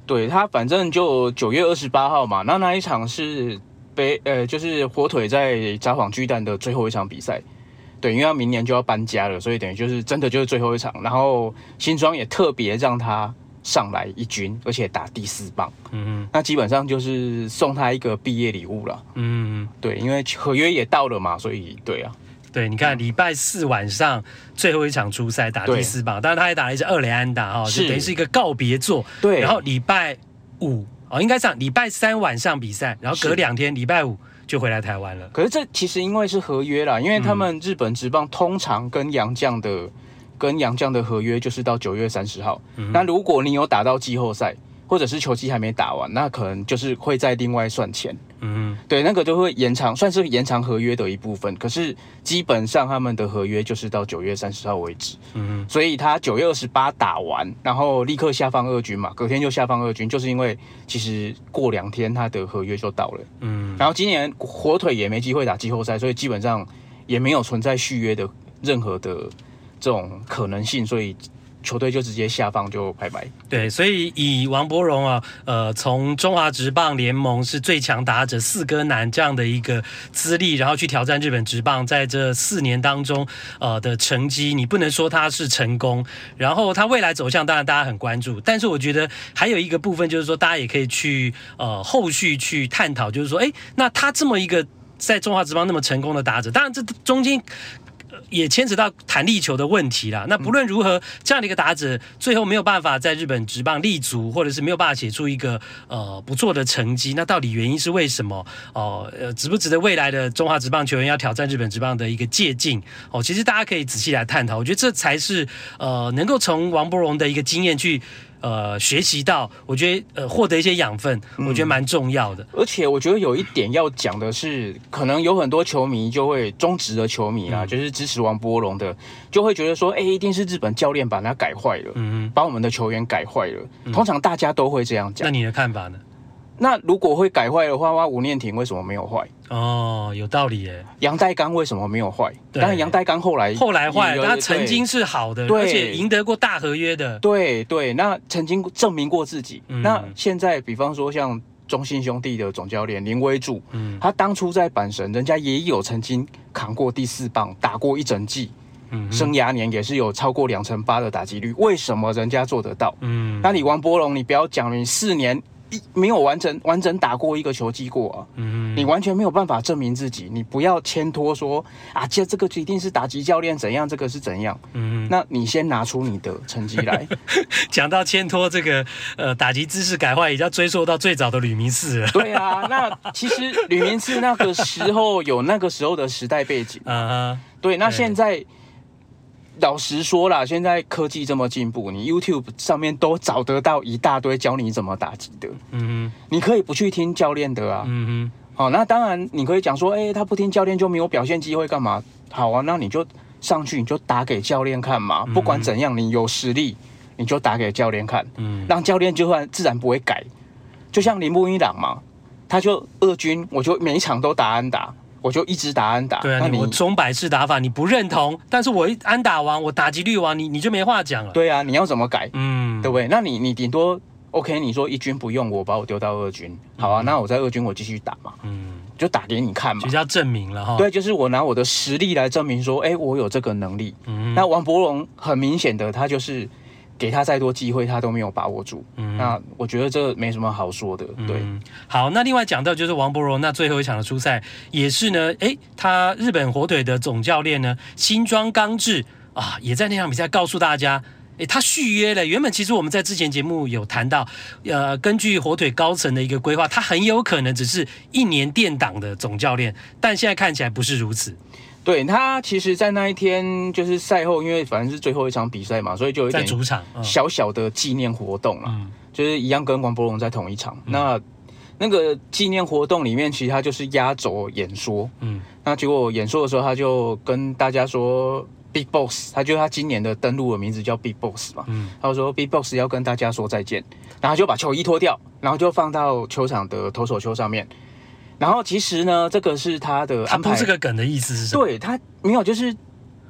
对他反正就九月二十八号嘛，那那一场是北呃就是火腿在札幌巨蛋的最后一场比赛。对，因为他明年就要搬家了，所以等于就是真的就是最后一场。然后新庄也特别让他上来一军，而且打第四棒。嗯，那基本上就是送他一个毕业礼物了。嗯，对，因为合约也到了嘛，所以对啊。 对，你看礼拜四晚上最后一场出赛打第四棒，当然他也打了一支二垒安打哈，就等于是一个告别作。 对， 然后礼拜五哦，应该上礼拜三晚上比赛，然后隔两天礼拜五。就回来台湾了。 可是这其实因为是合约啦，因为他们日本职棒通常跟洋将的跟洋将的合约就是到九月三十号。嗯、那如果你有打到季后赛，或者是球季还没打完，那可能就是会再另外算钱。嗯，对，那个就会延长，算是延长合约的一部分。可是基本上他们的合约就是到九月三十号为止。嗯，所以他九月二十八打完，然后立刻下放二军嘛，隔天就下放二军，就是因为其实过两天他的合约就到了。嗯，然后今年火腿也没机会打季后赛，所以基本上也没有存在续约的任何的这种可能性，所以球队就直接下放就拜拜。 对，所以以王柏融啊，呃，从中华职棒联盟是最强打者四哥男这样的一个资历，然后去挑战日本职棒，在这四年当中呃的成绩，你不能说他是成功，然后他未来走向当然大家很关注，但是我觉得还有一个部分就是说，大家也可以去呃后续去探讨，就是说，哎，那他这么一个在中华职棒那么成功的打者，当然这中间也牵扯到弹力球的问题啦。那不论如何，这样的一个打者最后没有办法在日本职棒立足，或者是没有办法写出一个呃不错的成绩，那到底原因是为什么？哦、呃，值不值得未来的中华职棒球员要挑战日本职棒的一个借鉴？哦，其实大家可以仔细来探讨。我觉得这才是呃能够从王柏融的一个经验去。呃，学习到，我觉得呃，获得一些养分，我觉得蛮重要的、嗯。 而且我觉得有一点要讲的是，可能有很多球迷就会中职的球迷啦、嗯，就是支持王柏融的，就会觉得说，哎、欸，一定是日本教练把他改坏了，嗯，把我们的球员改坏了、嗯。通常大家都会这样讲。 那你的看法呢？ 那如果会改坏的话，那吴念庭为什么没有坏？ 哦，有道理耶。 杨代刚为什么没有坏？当然杨代刚后来后来坏，他曾经是好的，而且赢得过大合约的。 对对，那曾经证明过自己。嗯、那现在，比方说像中信兄弟的总教练林威柱，嗯，他当初在阪神，人家也有曾经扛过第四棒，打过一整季。嗯、生涯年也是有超过两成八的打击率，为什么人家做得到？嗯，那你王柏融，你不要讲你四年。没有完整完整打过一个球季过啊、嗯，你完全没有办法证明自己，你不要牵拖说啊，这这个一定是打击教练怎样，这个是怎样，嗯，那你先拿出你的成绩来。 讲到牵拖这个呃打击姿势改坏，也要追溯到最早的吕明士了。 对啊，那其实吕明士那个时候有那个时候的时代背景啊，对，那现在。老实说啦，现在科技这么进步，你 YouTube 上面都找得到一大堆教你怎么打击的。嗯哼，你可以不去听教练的啊。嗯哼，好，那当然你可以讲说，哎、欸，他不听教练就没有表现机会干嘛？好啊，那你就上去，你就打给教练看嘛。不管怎样，你有实力，你就打给教练看，嗯，让教练就会自然不会改。就像铃木一朗嘛，他就二军，我就每一场都打安打。我就一直打安打， 对啊，你我中百式打法你不认同，但是我一安打王，我打击率王，你你就没话讲了。 对啊，你要怎么改？嗯，对不对？那你你顶多 OK， 你说一军不用我，把我丢到二军，好啊，嗯、那我在二军我继续打嘛，嗯，就打给你看嘛， 就叫证明了哈。 对，就是我拿我的实力来证明说，哎，我有这个能力。嗯，那王柏融很明显的，他就是。给他再多机会，他都没有把握住。嗯，那我觉得这没什么好说的。对， 嗯、好，那另外讲到就是王柏融，那最后一场的出赛也是呢，哎，他日本火腿的总教练呢新庄刚志啊，也在那场比赛告诉大家，哎，他续约了。原本其实我们在之前节目有谈到，呃，根据火腿高层的一个规划，他很有可能只是一年垫档的总教练，但现在看起来不是如此。 对他，其实，在那一天就是赛后，因为反正是最后一场比赛嘛，所以就有一点主场小小的纪念活动啦、嗯，就是一样跟王柏融在同一场。嗯、那那个纪念活动里面，其实他就是压轴演说。嗯，那结果演说的时候，他就跟大家说 ，Big Boss， 他就他今年的登录的名字叫 Big Boss 嘛。嗯，他就说 Big Boss 要跟大家说再见，然后就把球衣脱掉，然后就放到球场的投手丘上面。然后其实呢，这个是他的安排。 他铺这个梗的意思是什么？ 对他没有，就是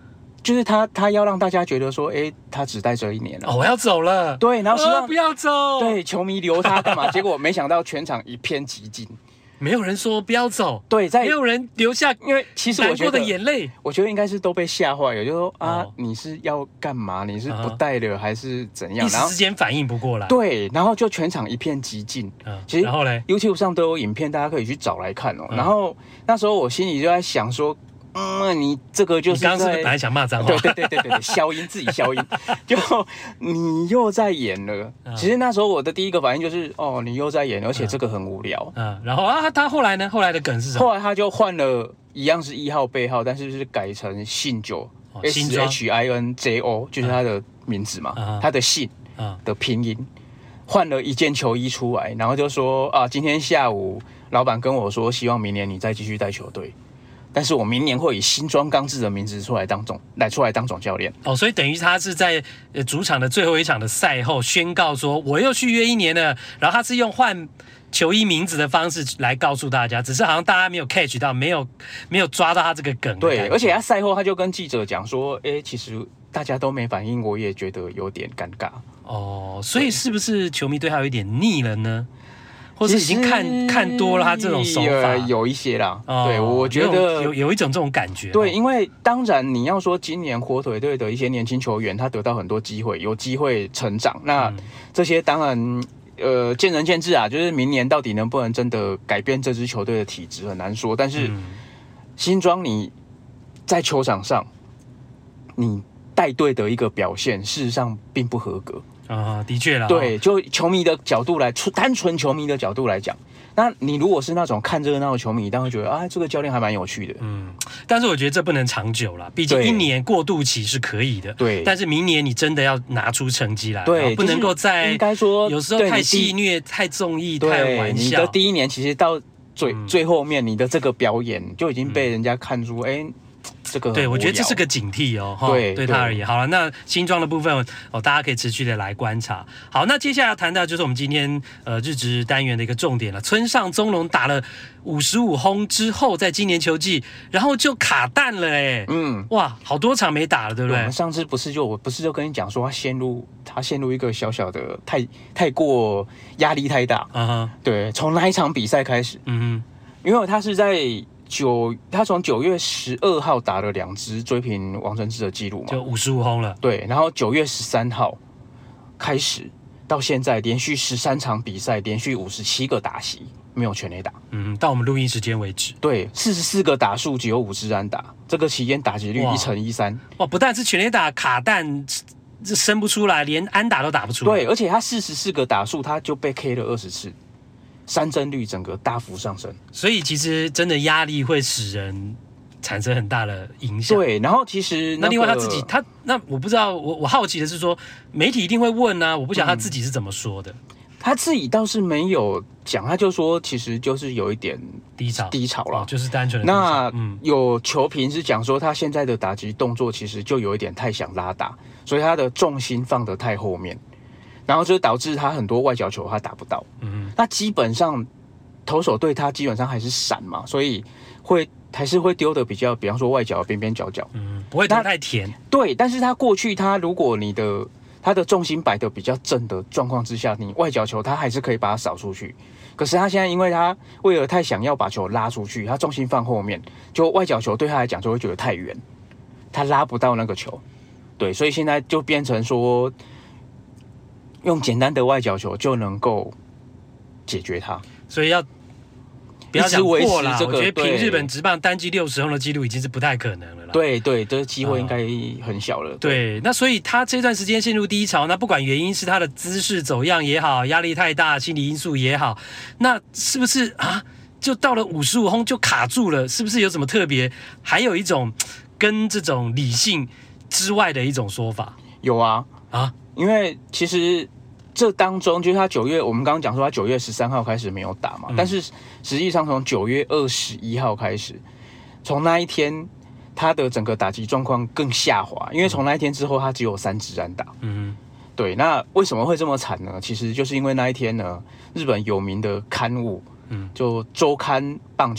就是他他要让大家觉得说，哎，他只待这一年了， 哦，我要走了， 对，然后希望、 呃、不要走， 对，球迷留他干嘛？结果没想到全场一片寂静。 没有人说不要走， 对，在没有人留下， 因为其实我觉得难过的眼泪， 我觉得应该是都被吓坏了，就说啊， 哦、 你是要干嘛？你是不带了还是怎样？ 一时之间反应不过来， 对，然后就全场一片寂静。 嗯， 其实然后嘞 ，YouTube 上都有影片，大家可以去找来看哦。嗯、然后那时候我心里就在想说，嗯，你这个就是你刚刚是不是本来想骂脏话？ 对对对对对对，消音自己消音，就你又在演了。嗯、其实那时候我的第一个反应就是，哦，你又在演，而且这个很无聊。 嗯，嗯然后啊，他后来呢？后来的梗是什么？ 后来他就换了一样是一号背号，但是是改成信九、哦、S H I N J O， 就是他的名字嘛，嗯、他的信的拼音。换了一件球衣出来，然后就说啊，今天下午老板跟我说，希望明年你再继续带球队。但是我明年会以新庄刚志的名字出来当总来出来当总教练哦，所以等于他是在主场的最后一场的赛后宣告说我又续约一年了，然后他是用换球衣名字的方式来告诉大家，只是好像大家没有 catch 到，没有没有抓到他这个梗。 对，而且他赛后他就跟记者讲说，哎，其实大家都没反应，我也觉得有点尴尬。 哦，所以是不是球迷对他有一点腻了呢？或是已经看看多了他这种手法， 有一些啦。哦、对，我觉得有 有, 有一种这种感觉。 对，因为当然你要说今年火腿队的一些年轻球员，他得到很多机会，有机会成长，那这些当然呃见仁见智啊。就是明年到底能不能真的改变这支球队的体质很难说。但是新庄你在球场上，你带队的一个表现，事实上并不合格。 啊，的确啦。 对，就球迷的角度来，单纯球迷的角度来讲，那你如果是那种看热闹的球迷，当然会觉得啊，这个教练还蛮有趣的。 嗯，但是我觉得这不能长久啦，毕竟一年过渡期是可以的。 对， 但是明年你真的要拿出成绩来， 对， 不能够再应该说有时候太戏谑、太综艺、太玩笑。 你的第一年其实到最、嗯、最后面，你的这个表演就已经被人家看出，哎、嗯。这个对，我觉得这是个警惕哦， 对， 对他而言。好了，那新庄的部分哦，大家可以持续的来观察。好，那接下来谈到就是我们今天呃日职单元的一个重点了。村上宗隆打了五十五轰之后，在今年球季，然后就卡蛋了哎，嗯，哇，好多场没打了，对不对？ 我们上次不是就我不是就跟你讲说他陷入他陷入一个小小的太太过压力太大啊， uh-huh. 对，从那一场比赛开始，嗯哼，因为他是在。九，他从九月十二号打了两支追平王贞治的记录嘛， 就五十五轰了。 对，然后九月十三号开始到现在，连续十三场比赛，连续五十七个打席，没有全垒打。 嗯，到我们录音时间为止， 对，四十四个打数，只有五支安打，这个期间打击率一成一三。 哇，不但是全垒打卡蛋生不出来，连安打都打不出来。 对，而且他四十四个打数，他就被 K 了二十次。三振率整个大幅上升， 所以其实真的压力会使人产生很大的影响。 对，然后其实、那個、 那另外他自己，他那我不知道，我我好奇的是说，媒体一定会问啊，我不晓得他自己是怎么说的。嗯、 他自己倒是没有讲，他就说其实就是有一点低潮， 低潮了、 哦，就是单纯的低潮。 那、嗯、有球评是讲说，他现在的打击动作其实就有一点太想拉打，所以他的重心放得太后面。然后就导致他很多外角球他打不到，嗯，那基本上投手对他基本上还是闪嘛，所以会还是会丢的比较，比方说外角边边角角， 嗯，不会丢太甜。 对，但是他过去他如果你的他的重心摆的比较正的状况之下，你外角球他还是可以把它扫出去。可是他现在因为他为了太想要把球拉出去，他重心放后面，就外角球对他来讲就会觉得太远，他拉不到那个球，对，所以现在就变成说。用简单的外角球就能够解决它， 所以要不要讲过啦、 這個、 我觉得凭日本职棒单季六十轰的记录已经是不太可能了啦。 对对，这个机会应该很小了。 对，对那所以他这段时间陷入低潮，那不管原因是他的姿势走样也好，压力太大，心理因素也好，那是不是啊？就到了五十五轰就卡住了？是不是有什么特别？还有一种跟这种理性之外的一种说法？ 有啊啊， 因为其实。这当中就是他九月，我们刚刚讲说他九月十三号开始没有打嘛，嗯、但是实际上从九月二十一号开始，从那一天他的整个打击状况更下滑，因为从那一天之后他只有三支安打。嗯，对，那为什么会这么惨呢？其实就是因为那一天呢，日本有名的刊物，嗯，就周刊棒球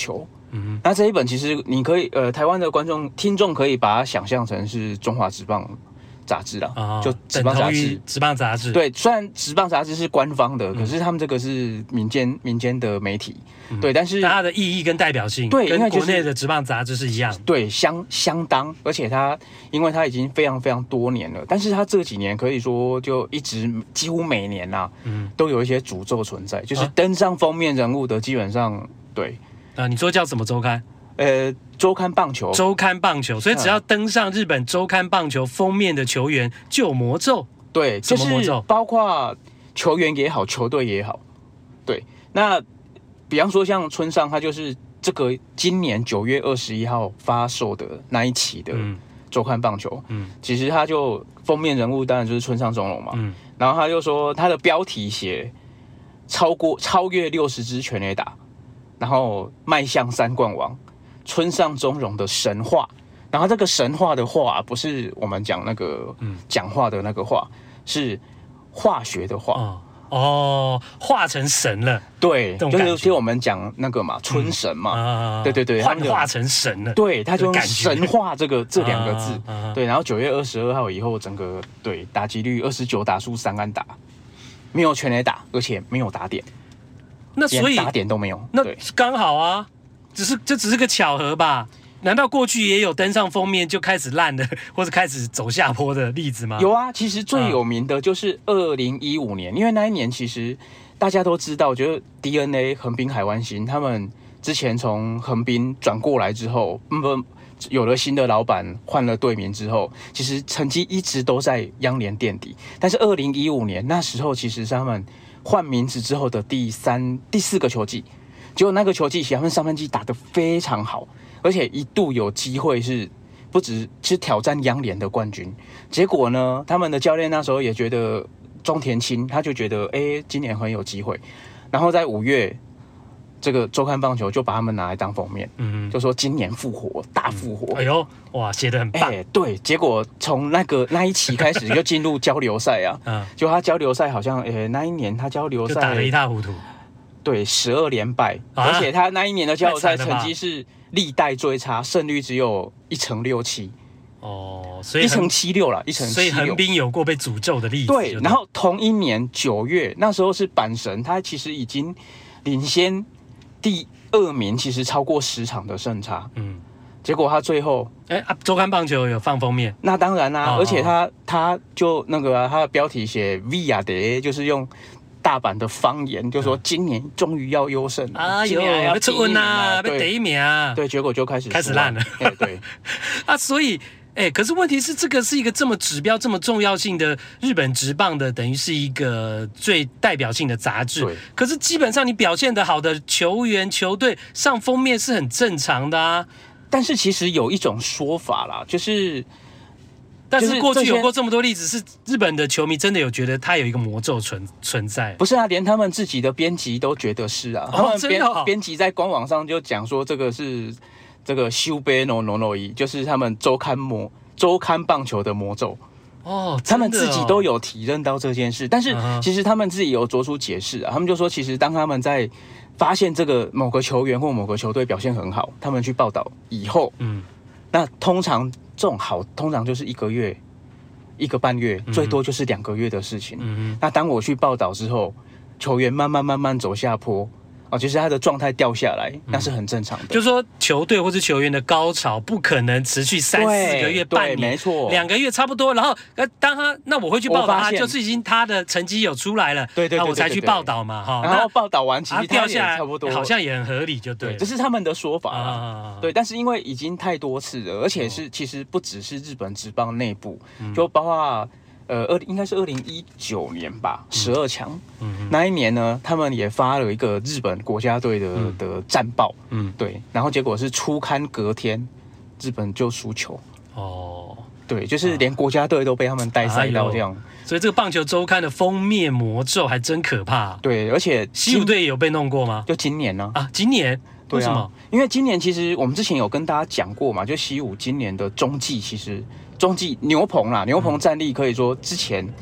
嗯，那这一本其实你可以呃，台湾的观众听众可以把它想象成是中华职棒杂志啦， 哦、 就职棒杂志， 职棒杂志。 对，虽然职棒杂志是官方的，嗯、可是他们这个是民间民间的媒体，嗯、对，但是它的意义跟代表性， 对， 跟国内的职棒杂志是一样， 对，相相当，而且它因为它已经非常非常多年了，但是它这几年可以说就一直几乎每年啊，嗯，都有一些诅咒存在，就是登上封面人物的基本上对啊，你说叫什么周刊？ 呃，周刊棒球， 周刊棒球，所以只要登上日本周刊棒球封面的球员就有魔咒。 对， 什么魔咒？ 包括球员也好，球队也好。对，那比方说像村上，他就是这个今年九月二十一号发售的那一期的周刊棒球，嗯，其实他就封面人物当然就是村上中龙嘛，嗯，然后他就说他的标题写超过超越六十支全垒打，然后迈向三冠王。村上中荣的神话，然后这个神话的话不是我们讲那个讲话的那个话，是化学的话哦，哦，化成神了， 对，就是其实我们讲那个嘛，春神嘛，嗯、对对对， 幻化成神了， 对，他就用神话这个这两个字，啊、对，然后九月二十二号以后，整个对打击率二十九打数三安打，没有全垒打，而且没有打点， 那所以打点都没有， 那刚好啊。只是这只是个巧合吧？难道过去也有登上封面就开始烂的，或者开始走下坡的例子吗？ 有啊，其实最有名的就是二零一五年，因为那一年其实大家都知道，就是 D N A 横滨海湾星他们之前从横滨转过来之后，嗯，有了新的老板，换了队名之后，其实成绩一直都在央联垫底。但是二零一五年那时候，其实是他们换名字之后的第三、第四个球季。结果那个球季，他们上半季打得非常好，而且一度有机会是不只是挑战央联的冠军。结果呢，他们的教练那时候也觉得中田青，他就觉得哎、欸，今年很有机会。然后在五月，这个周刊棒球就把他们拿来当封面，嗯，就说今年复活，大复活。 嗯、哎呦，哇，写得很棒。哎、欸， 对，结果从那个那一期开始就进入交流赛啊，嗯，就他交流赛好像哎、欸、那一年他交流赛就打得一塌糊涂。 对，十二连败，啊、而且他那一年的交流赛成绩是历代最差，胜率只有一成六七。 哦，所以一成七六啦，一成七六。 所以横滨有过被诅咒的例子。 对，然后同一年九月，那时候是阪神，他其实已经领先第二名，其实超过十场的胜差。嗯，结果他最后， 哎啊，周刊棒球有放封面， 那当然啦、啊，哦、而且他他就那个、啊、他的标题写 Via de， 就是用。大阪的方言就说今年终于要优胜了， 哎呦，要出温啊，被第一名啊， 对，结果就开始开始烂了， 欸、对啊，所以哎、欸，可是问题是这个是一个这么指标、这么重要性的日本职棒的，等于是一个最代表性的杂志。 对， 可是基本上你表现得好的球员、球队上封面是很正常的啊。 但是其实有一种说法啦，就是。 但是过去有过这么多例子，是日本的球迷真的有觉得他有一个魔咒存存在？ 不是啊，连他们自己的编辑都觉得是啊。 哦、 他们编哦、 编辑在官网上就讲说，这个是这个修贝诺诺诺伊，就是他们周刊魔周刊棒球的魔咒。 哦， 他们自己都有体认到这件事，但是其实他们自己有做出解释啊。他们就说，其实当他们在发现这个某个球员或某个球队表现很好，他们去报道以后，嗯，那通常这种好，通常就是一个月、一个半月，最多就是两个月的事情。嗯、那当我去报道之后，球员慢慢慢慢走下坡。哦，就是他的状态掉下来，那是很正常的。 嗯、就是说，球队或是球员的高潮不可能持续三四个月、半年， 没错， 两个月差不多。然后，呃，当他那我会去报道他，就是已经他的成绩有出来了， 对对对， 那我才去报道嘛，哈。 然后报道完，其实掉下来差不多， 好像也很合理，就对了。 对，这是他们的说法啦。 啊、 对，但是因为已经太多次了，而且是其实不只是日本职棒内部，嗯、就包括。呃，二应该是二零一九年吧，十二强那一年呢，他们也发了一个日本国家队的、嗯、的战报，嗯，对，然后结果是初刊隔天，日本就输球，哦，对，就是连国家队都被他们带赛到这样、 哎，所以这个棒球周刊的封面魔咒还真可怕。 对，而且西武队有被弄过吗？ 就今年呢、 啊？啊，今年。 对啊， 为什么？ 因为今年其实我们之前有跟大家讲过嘛，就西武今年的中继其实中继牛棚啦，牛棚战力可以说之前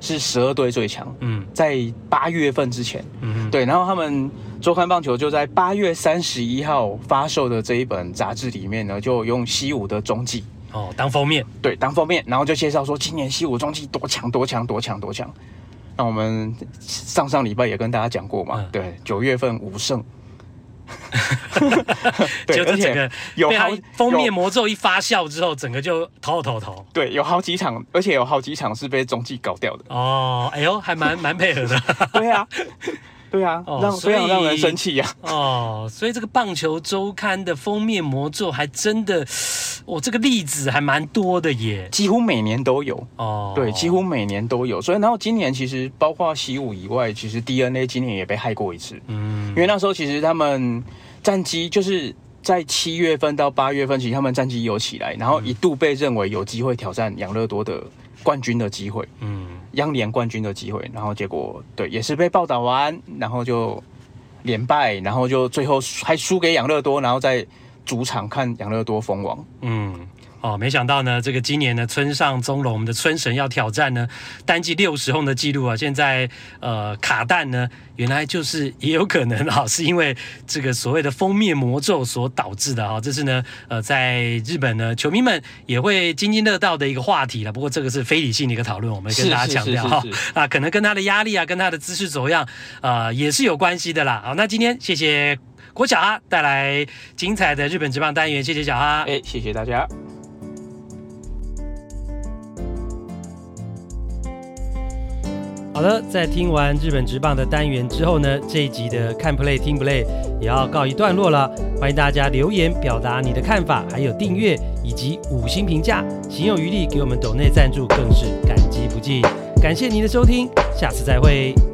是十二队最强。 嗯， 在八月份之前，嗯，对，然后他们周刊棒球就在八月三十一号发售的这一本杂志里面呢，就用西武的中继哦当封面， 对，当封面，然后就介绍说今年西武中继多强多强多强多强。那我们上上礼拜也跟大家讲过嘛，嗯、对，九月份五胜。 对，就这整个有好封面魔咒一发酵之后，整个就头头头。 对，有好几场，而且有好几场是被中继搞掉的。 哦，哎呦，还蛮蛮配合的。 对啊，对啊，哦、让非常让人生气啊。 哦，所以这个棒球周刊的封面魔咒还真的，我、哦、这个例子还蛮多的耶， 几乎每年都有。哦，对，几乎每年都有。所以，然后今年其实包括西武以外，其实 D N A 今年也被害过一次。嗯，因为那时候其实他们战绩就是在七月份到八月份，其实他们战绩有起来，然后一度被认为有机会挑战养乐多的冠军的机会，嗯，央联冠军的机会，然后结果对也是被报道完，然后就连败，然后就最后还输给养乐多，然后在主场看养乐多封王，嗯。 哦，没想到呢，这个今年呢，村上宗隆，我们的村神要挑战呢单季六十轰的记录啊！现在呃卡蛋呢，原来就是也有可能啊，是因为这个所谓的封面魔咒所导致的啊。这是呢呃在日本呢球迷们也会津津乐道的一个话题了。不过这个是非理性的一个讨论，我们跟大家强调哈啊，可能跟他的压力啊，跟他的姿势走样呃也是有关系的啦。好，那今天谢谢郭小哈带来精彩的日本职棒单元，谢谢小哈， 哎，谢谢大家。 好了，在听完日本职棒的单元之后呢，这一集的看 play 听 play 也要告一段落了。欢迎大家留言表达你的看法，还有订阅以及五星评价，行有余力给我们抖内赞助更是感激不尽。感谢您的收听，下次再会。